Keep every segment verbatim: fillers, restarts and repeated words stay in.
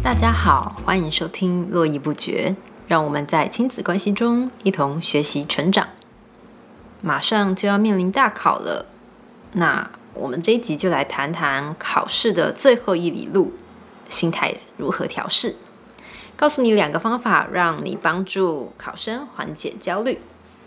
大家好，欢迎收听络绎不绝，让我们在亲子关系中一同学习成长。马上就要面临大考了，那我们这一集就来谈谈考试的最后一里路，心态如何调试。告诉你两个方法，让你帮助考生缓解焦虑。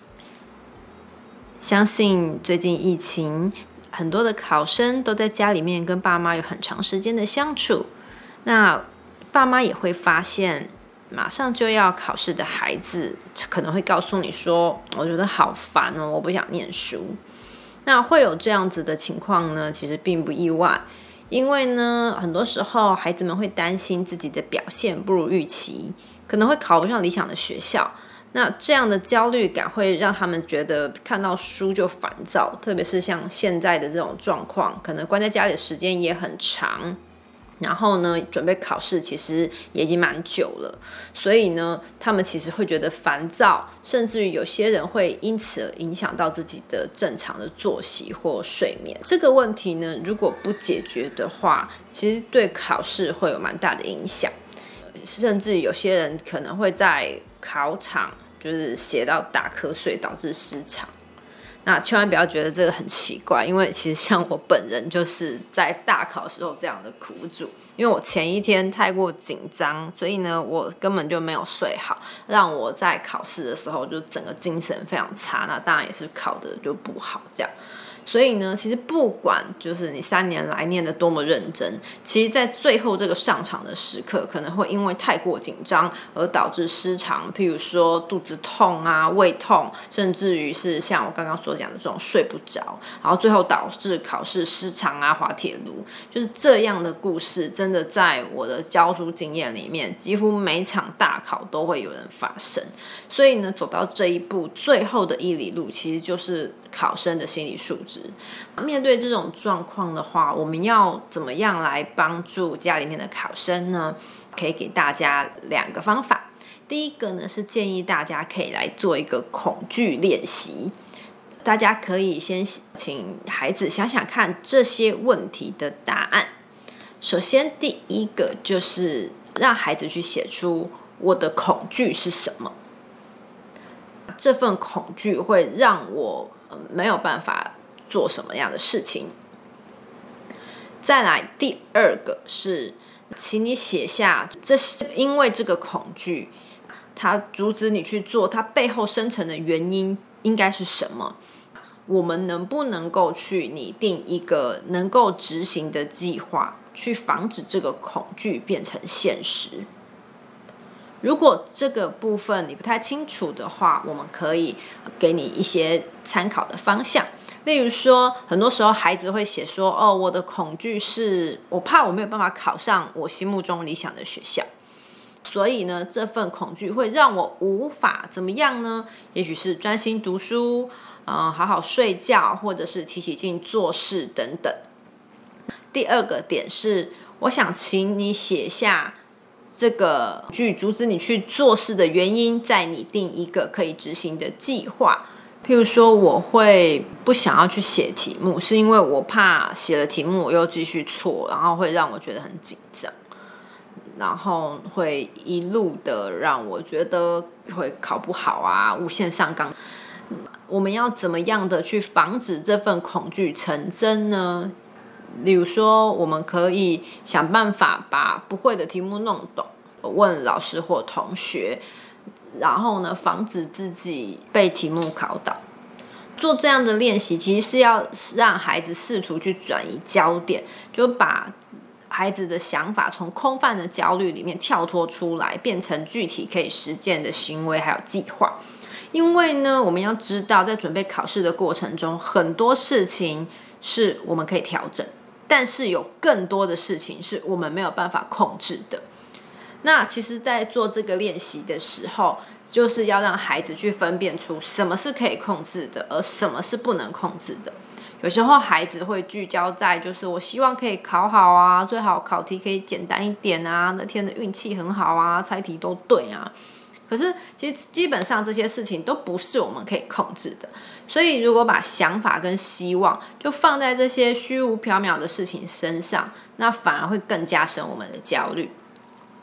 相信最近疫情，很多的考生都在家里面跟爸妈有很长时间的相处，那爸妈也会发现马上就要考试的孩子可能会告诉你说，我觉得好烦哦，我不想念书。那会有这样子的情况呢，其实并不意外，因为呢，很多时候孩子们会担心自己的表现不如预期，可能会考不上理想的学校。那这样的焦虑感会让他们觉得看到书就烦躁，特别是像现在的这种状况，可能关在家里的时间也很长，然后呢，准备考试其实也已经蛮久了，所以呢，他们其实会觉得烦躁，甚至于有些人会因此而影响到自己的正常的作息或睡眠。这个问题呢，如果不解决的话，其实对考试会有蛮大的影响，甚至有些人可能会在考场就是写到打瞌睡，导致失常。那千万不要觉得这个很奇怪，因为其实像我本人就是在大考时候这样的苦主，因为我前一天太过紧张，所以呢我根本就没有睡好，让我在考试的时候就整个精神非常差，那当然也是考的就不好这样。所以呢，其实不管就是你三年来念的多么认真，其实在最后这个上场的时刻，可能会因为太过紧张而导致失常，譬如说肚子痛啊、胃痛，甚至于是像我刚刚所讲的这种睡不着，然后最后导致考试失常啊、滑铁卢，就是这样的故事，真的在我的教书经验里面，几乎每场大考都会有人发生。所以呢，走到这一步，最后的一里路，其实就是考生的心理素质。面对这种状况的话，我们要怎么样来帮助家里面的考生呢？可以给大家两个方法。第一个呢，是建议大家可以来做一个恐惧练习。大家可以先请孩子想想看这些问题的答案。首先，第一个就是让孩子去写出我的恐惧是什么。这份恐惧会让我没有办法做什么样的事情。再来，第二个是，请你写下，这是因为这个恐惧，它阻止你去做，它背后深层的原因应该是什么？我们能不能够去拟定一个能够执行的计划，去防止这个恐惧变成现实？如果这个部分你不太清楚的话，我们可以给你一些参考的方向。例如说，很多时候孩子会写说，哦，我的恐惧是我怕我没有办法考上我心目中理想的学校，所以呢，这份恐惧会让我无法怎么样呢？也许是专心读书，嗯，好好睡觉，或者是提起劲做事等等。第二个点是，我想请你写下这个去阻止你去做事的原因，再拟定一个可以执行的计划。譬如说，我会不想要去写题目，是因为我怕写了题目我又继续错，然后会让我觉得很紧张，然后会一路的让我觉得会考不好啊，无限上纲。我们要怎么样的去防止这份恐惧成真呢？例如说，我们可以想办法把不会的题目弄懂，问老师或同学，然后呢，防止自己被题目考倒。做这样的练习，其实是要让孩子试图去转移焦点，就把孩子的想法从空泛的焦虑里面跳脱出来，变成具体可以实践的行为还有计划。因为呢，我们要知道，在准备考试的过程中，很多事情是我们可以调整，但是有更多的事情是我们没有办法控制的。那其实在做这个练习的时候，就是要让孩子去分辨出什么是可以控制的，而什么是不能控制的。有时候孩子会聚焦在就是我希望可以考好啊，最好考题可以简单一点啊，那天的运气很好啊，猜题都对啊。可是其实基本上这些事情都不是我们可以控制的，所以如果把想法跟希望就放在这些虚无缥缈的事情身上，那反而会更加深我们的焦虑。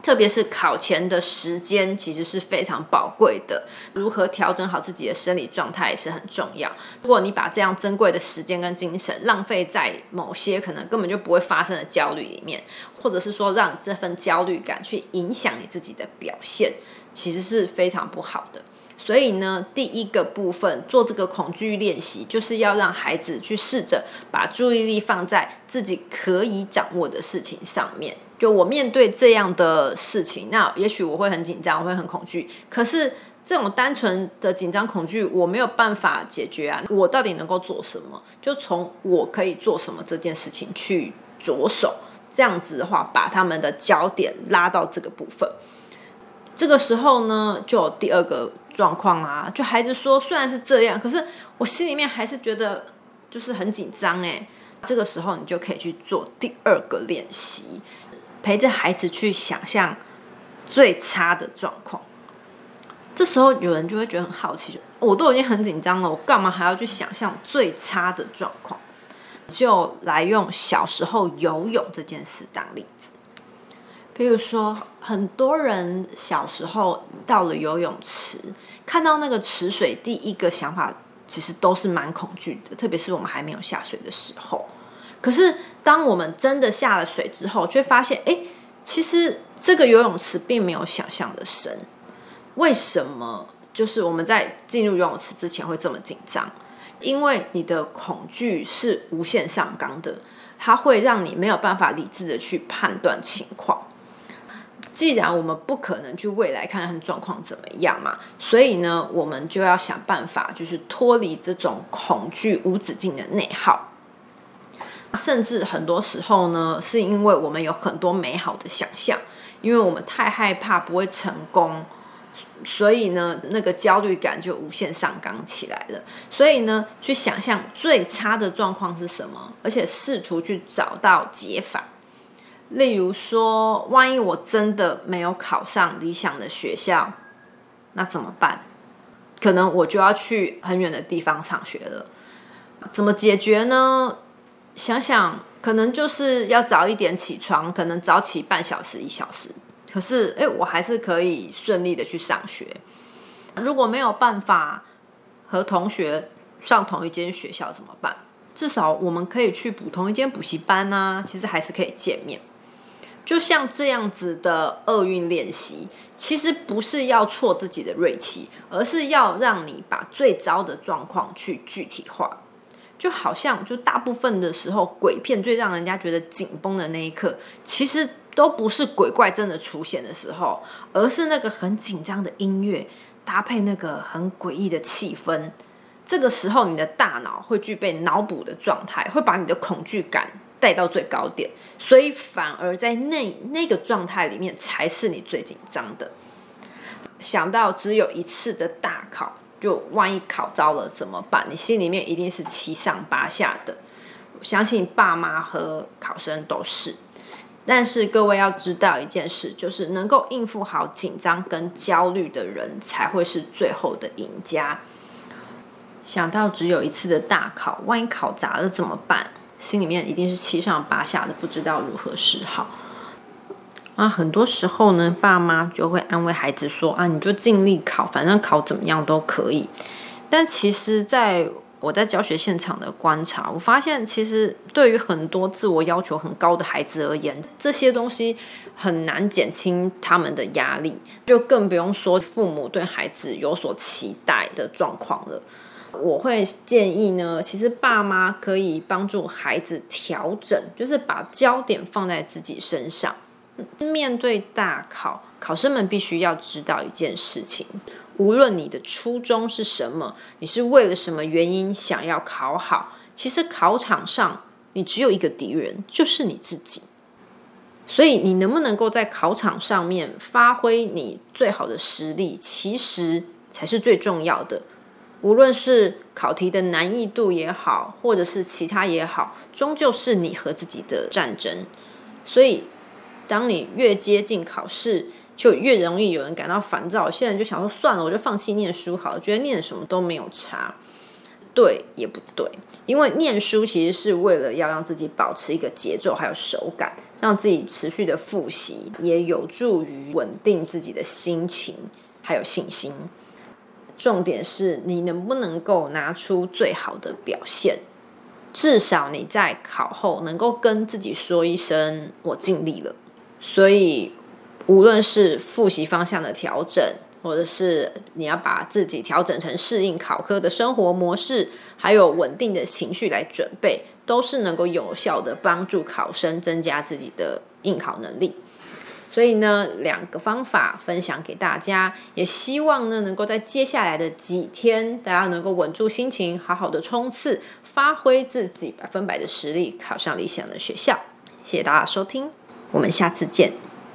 特别是考前的时间其实是非常宝贵的，如何调整好自己的生理状态也是很重要。如果你把这样珍贵的时间跟精神浪费在某些可能根本就不会发生的焦虑里面，或者是说让这份焦虑感去影响你自己的表现，其实是非常不好的。所以呢，第一个部分做这个恐惧练习，就是要让孩子去试着把注意力放在自己可以掌握的事情上面。就我面对这样的事情，那也许我会很紧张，我会很恐惧，可是这种单纯的紧张恐惧我没有办法解决啊，我到底能够做什么？就从我可以做什么这件事情去着手，这样子的话把他们的焦点拉到这个部分。这个时候呢，就有第二个状况啊，就孩子说虽然是这样，可是我心里面还是觉得就是很紧张哎。这个时候你就可以去做第二个练习，陪着孩子去想象最差的状况。这时候有人就会觉得很好奇，我都已经很紧张了，我干嘛还要去想象最差的状况？就来用小时候游泳这件事当例子。比如说很多人小时候到了游泳池，看到那个池水，第一个想法其实都是蛮恐惧的，特别是我们还没有下水的时候。可是当我们真的下了水之后，就会发现诶，其实这个游泳池并没有想象的深。为什么就是我们在进入游泳池之前会这么紧张？因为你的恐惧是无限上纲的，它会让你没有办法理智的去判断情况。既然我们不可能去未来看看状况怎么样嘛，所以呢，我们就要想办法，就是脱离这种恐惧无止境的内耗。甚至很多时候呢，是因为我们有很多美好的想象，因为我们太害怕不会成功，所以呢，那个焦虑感就无限上纲起来了。所以呢，去想象最差的状况是什么，而且试图去找到解法。例如说，万一我真的没有考上理想的学校，那怎么办？可能我就要去很远的地方上学了。怎么解决呢？想想，可能就是要早一点起床，可能早起半小时、一小时。可是，哎，我还是可以顺利的去上学。如果没有办法和同学上同一间学校怎么办？至少我们可以去补同一间补习班啊，其实还是可以见面。就像这样子的厄运练习，其实不是要挫自己的锐气，而是要让你把最糟的状况去具体化。就好像就大部分的时候，鬼片最让人家觉得紧绷的那一刻，其实都不是鬼怪真的出现的时候，而是那个很紧张的音乐搭配那个很诡异的气氛。这个时候你的大脑会具备脑补的状态，会把你的恐惧感带到最高点，所以反而在那那个状态里面才是你最紧张的。想到只有一次的大考，就万一考糟了怎么办？你心里面一定是七上八下的。我相信爸妈和考生都是。但是各位要知道一件事，就是能够应付好紧张跟焦虑的人才会是最后的赢家。想到只有一次的大考，万一考砸了怎么办？心里面一定是七上八下的，不知道如何是好。啊，很多时候呢，爸妈就会安慰孩子说：“啊，你就尽力考，反正考怎么样都可以。”但其实，在我在教学现场的观察，我发现其实对于很多自我要求很高的孩子而言，这些东西很难减轻他们的压力，就更不用说父母对孩子有所期待的状况了。我会建议呢，其实爸妈可以帮助孩子调整，就是把焦点放在自己身上。面对大考，考生们必须要知道一件事情，无论你的初衷是什么，你是为了什么原因想要考好，其实考场上你只有一个敌人，就是你自己。所以你能不能够在考场上面发挥你最好的实力，其实才是最重要的。无论是考题的难易度也好，或者是其他也好，终究是你和自己的战争。所以当你越接近考试，就越容易有人感到烦躁。有些人就想说算了，我就放弃念书好了，觉得念什么都没有差。 对也不对，因为念书其实是为了要让自己保持一个节奏还有手感，让自己持续的复习，也有助于稳定自己的心情还有信心。重点是你能不能够拿出最好的表现，至少你在考后能够跟自己说一声我尽力了。所以无论是复习方向的调整，或者是你要把自己调整成适应考科的生活模式，还有稳定的情绪来准备，都是能够有效的帮助考生增加自己的应考能力。所以呢，两个方法分享给大家，也希望呢能够在接下来的几天，大家能够稳住心情，好好的冲刺，发挥自己百分百的实力，考上理想的学校。谢谢大家收听，我们下次见。